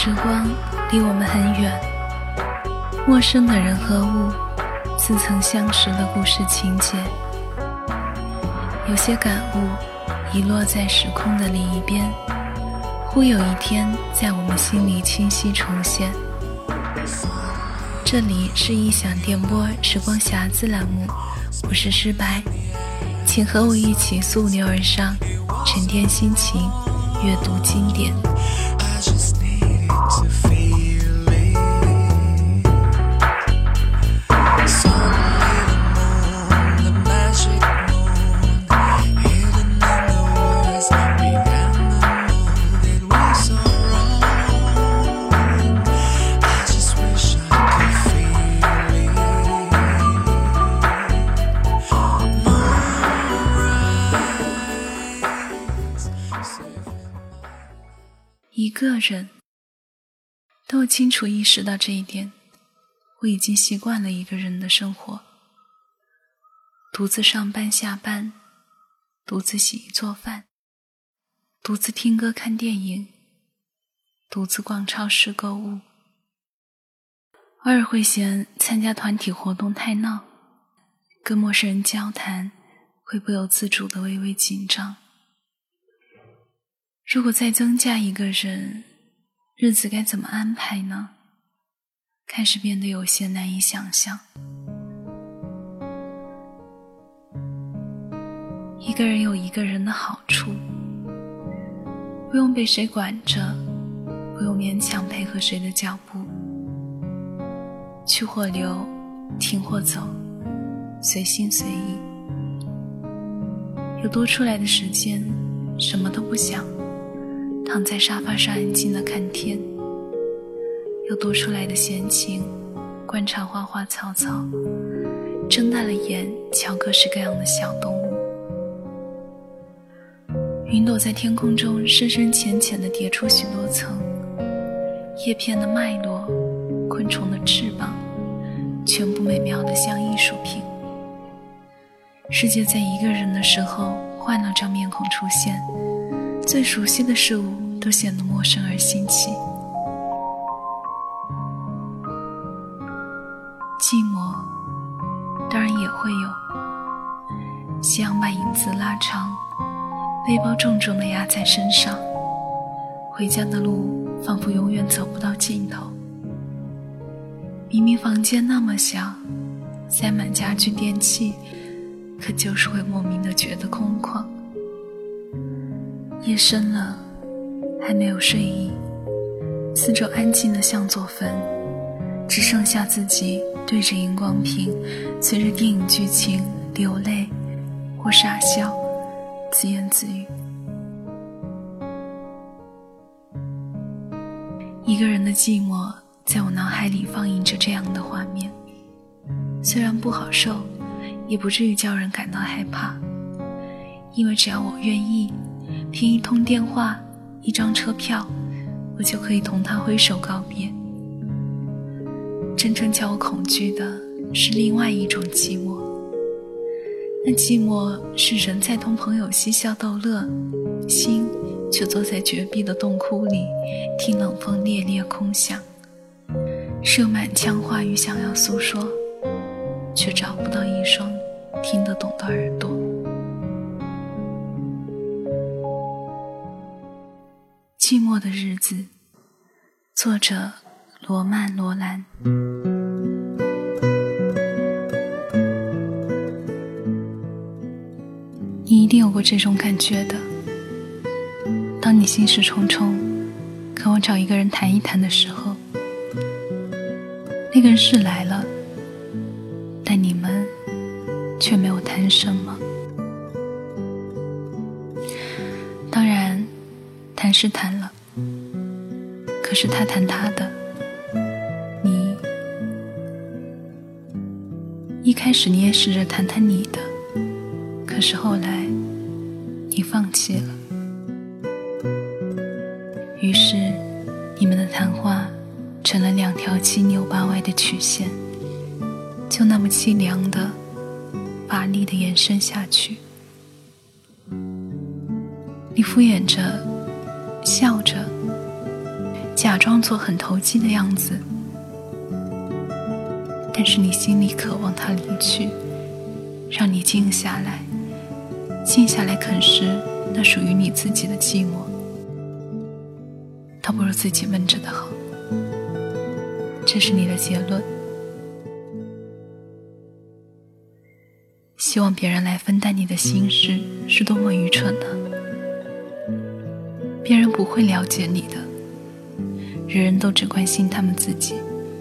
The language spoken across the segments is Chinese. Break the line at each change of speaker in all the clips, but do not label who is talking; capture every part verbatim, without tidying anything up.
时光离我们很远，陌生的人和物，似曾相识的故事情节。有些感悟遗落在时空的另一边，忽有一天在我们心里清晰重现。这里是异想电波时光匣子栏目，我是诗白，请和我一起溯流而上，沉淀心情，阅读经典。一个人，当我清楚意识到这一点，我已经习惯了一个人的生活，独自上班下班，独自洗衣做饭，独自听歌看电影，独自逛超市购物。偶尔会嫌参加团体活动太闹，跟陌生人交谈会不由自主的微微紧张。如果再增加一个人，日子该怎么安排呢？开始变得有些难以想象。一个人有一个人的好处，不用被谁管着，不用勉强配合谁的脚步，去或留，停或走，随心随意。有多出来的时间，什么都不想，躺在沙发上安静地看天，有多出来的闲情，观察花花草草，睁大了眼瞧各式各样的小动物。云朵在天空中深深浅浅地叠出许多层，叶片的脉络，昆虫的翅膀，全部美妙得像艺术品。世界在一个人的时候换了张面孔出现，最熟悉的事物都显得陌生而新奇。寂寞当然也会有，夕阳把影子拉长，背包重重地压在身上，回家的路仿佛永远走不到尽头。明明房间那么小，塞满家具电器，可就是会莫名地觉得空旷。夜深了，还没有睡意，四周安静得像座坟，只剩下自己对着荧光屏，随着电影剧情流泪或傻笑，自言自语。一个人的寂寞在我脑海里放映着这样的画面，虽然不好受，也不至于叫人感到害怕，因为只要我愿意，凭一通电话，一张车票，我就可以同他挥手告别。真正叫我恐惧的是另外一种寂寞，那寂寞是人在同朋友嬉笑逗乐，心却坐在绝壁的洞窟里，听冷风猎猎空想，是有满腔话语想要诉说，却找不到一双听得懂的耳朵。寂寞的日子，作者罗曼·罗兰。你一定有过这种感觉的，当你心事重重，渴望找一个人谈一谈的时候，那个人是来了，但你们却没有谈什么。当然谈是谈了，可是他谈他的，你一开始你也试着谈谈你的，可是后来你放弃了，于是你们的谈话成了两条七扭八歪的曲线，就那么凄凉的乏力地延伸下去。你敷衍着笑着， 假装做很投机的样子，但是你心里渴望他离去，让你静下来，静下来啃食那属于你自己的寂寞，倒不如自己闷着的好。这是你的结论。希望别人来分担你的心事是多么愚蠢呢？别人不会了解你的，人人都只关心他们自己。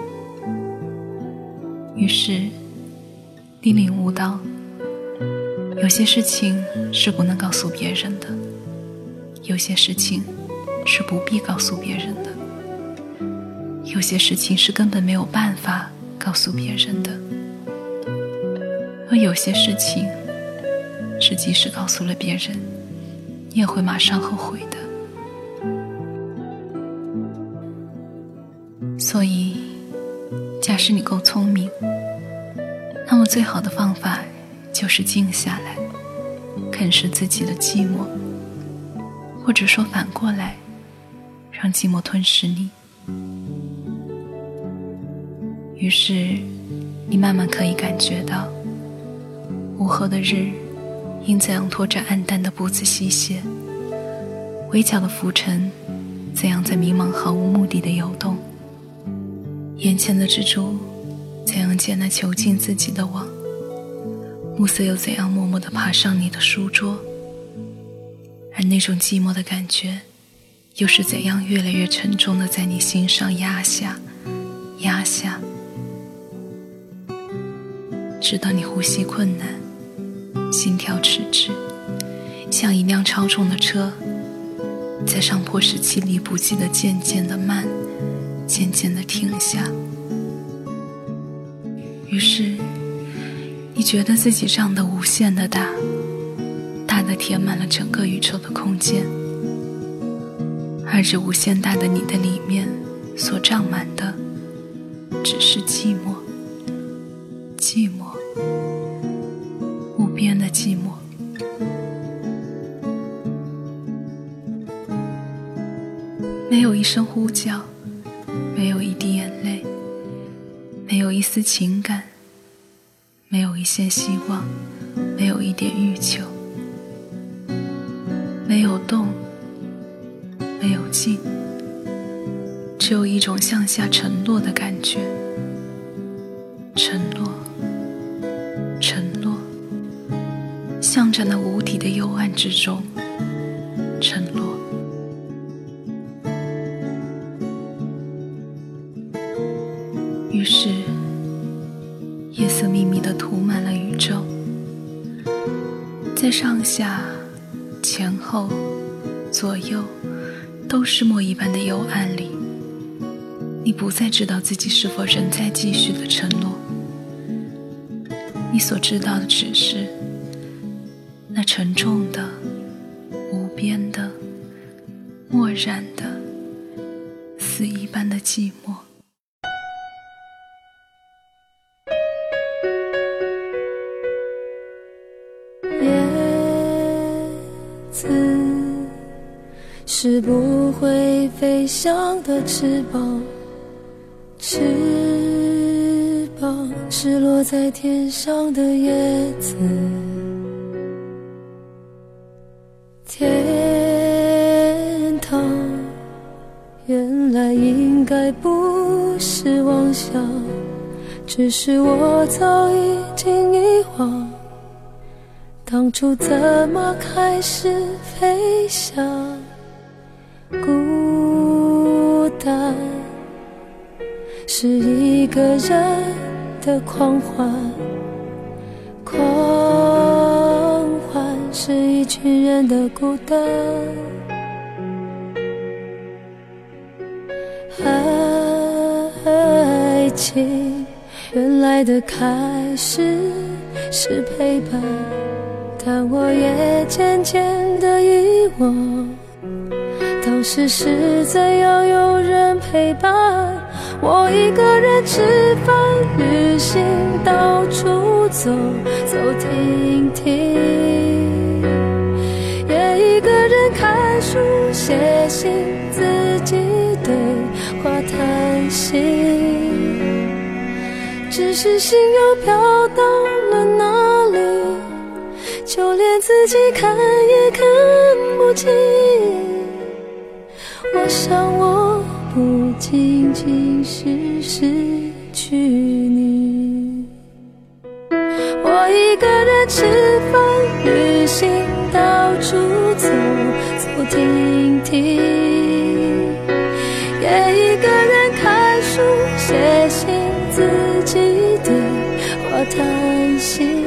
于是你领悟到，有些事情是不能告诉别人的，有些事情是不必告诉别人的，有些事情是根本没有办法告诉别人的，而有些事情是即使告诉了别人，你也会马上后悔的。所以假使你够聪明，那么最好的方法就是静下来，啃食自己的寂寞，或者说反过来，让寂寞吞噬你。于是你慢慢可以感觉到，午后的日因怎样拖着暗淡的步子西斜，围剿的浮尘怎样在迷茫毫无目的的游动，眼前的蜘蛛怎样解那囚禁自己的网，暮色又怎样默默地爬上你的书桌，而那种寂寞的感觉又是怎样越来越沉重地在你心上压下压下，直到你呼吸困难，心跳迟滞，像一辆超重的车在上坡时气力不济的渐渐的慢，渐渐的停下。于是你觉得自己胀得无限的大，大得填满了整个宇宙的空间，而这无限大的你的里面所胀满的只是寂寞，寂寞，无边的寂寞。没有一声呼叫，没有一滴眼泪，没有一丝情感，没有一线希望，没有一点欲求，没有动，没有静，只有一种向下沉落的感觉，沉落，沉落，向着那无底的幽暗之中沉落。于是夜色密密地涂满了宇宙，在上下前后左右都是墨一般的幽暗里，你不再知道自己是否仍在继续的沉落，你所知道的只是那沉重的无边的漠然的死一般的寂寞。
是不会飞翔的翅膀，翅膀是落在天上的叶子。天堂原来应该不是妄想，只是我早已经遗忘当初怎么开始飞翔。孤单是一个人的狂欢，狂欢是一群人的孤单。爱情原来的开始是陪伴，但我也渐渐地遗忘当时是怎样有人陪伴我，一个人吃饭旅行，到处走走停停，也一个人看书写信，自己对叹息，只是心又飘到了哪里，就连自己看也看不清。我想我不仅仅是失去你，我一个人吃饭旅行，到处走走停停，也一个人看书写信，自己对话叹息，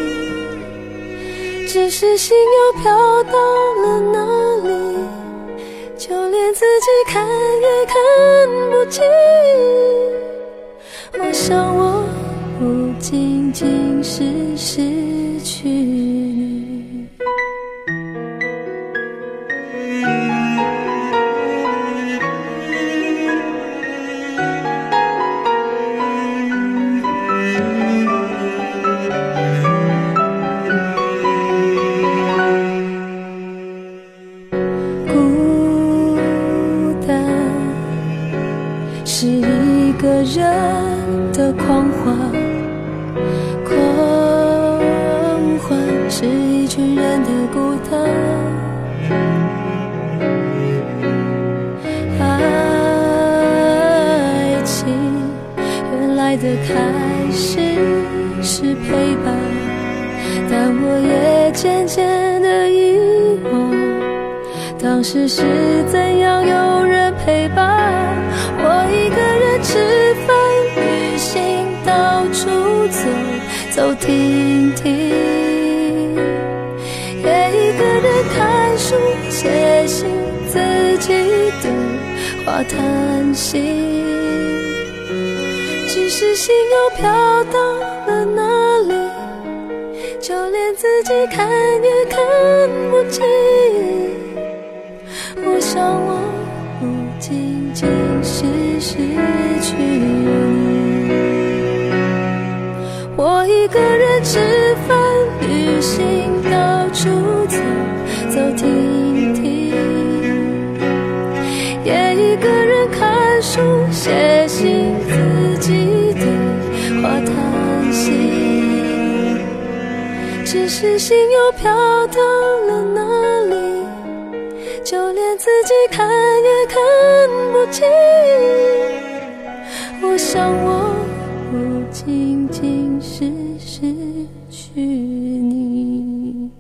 只是心又飘到了哪里，就连自己看也看不清。我想我不仅仅是失去你，孤单是一个人的狂欢，狂欢是一群人的孤单。爱情原来的开始是陪伴，但我也渐渐的遗忘，当时是怎样有人陪伴。我一个人吃饭旅行，到处走走停停，也一个人看书写信，自己对话叹息，只是心又飘到了哪里，就连自己看也看不清。我想我不仅仅是失去你，我一个人吃饭旅行，到处走走停停，也一个人看书写信，自己对话叹息，只是心又飘到了哪里，就连自己看也看不清。我想我不仅仅是失去你，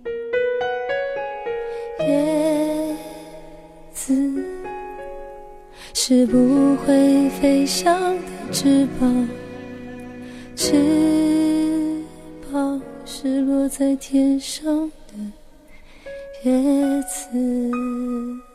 叶子是不会飞翔的翅膀，翅膀是落在天上的叶子。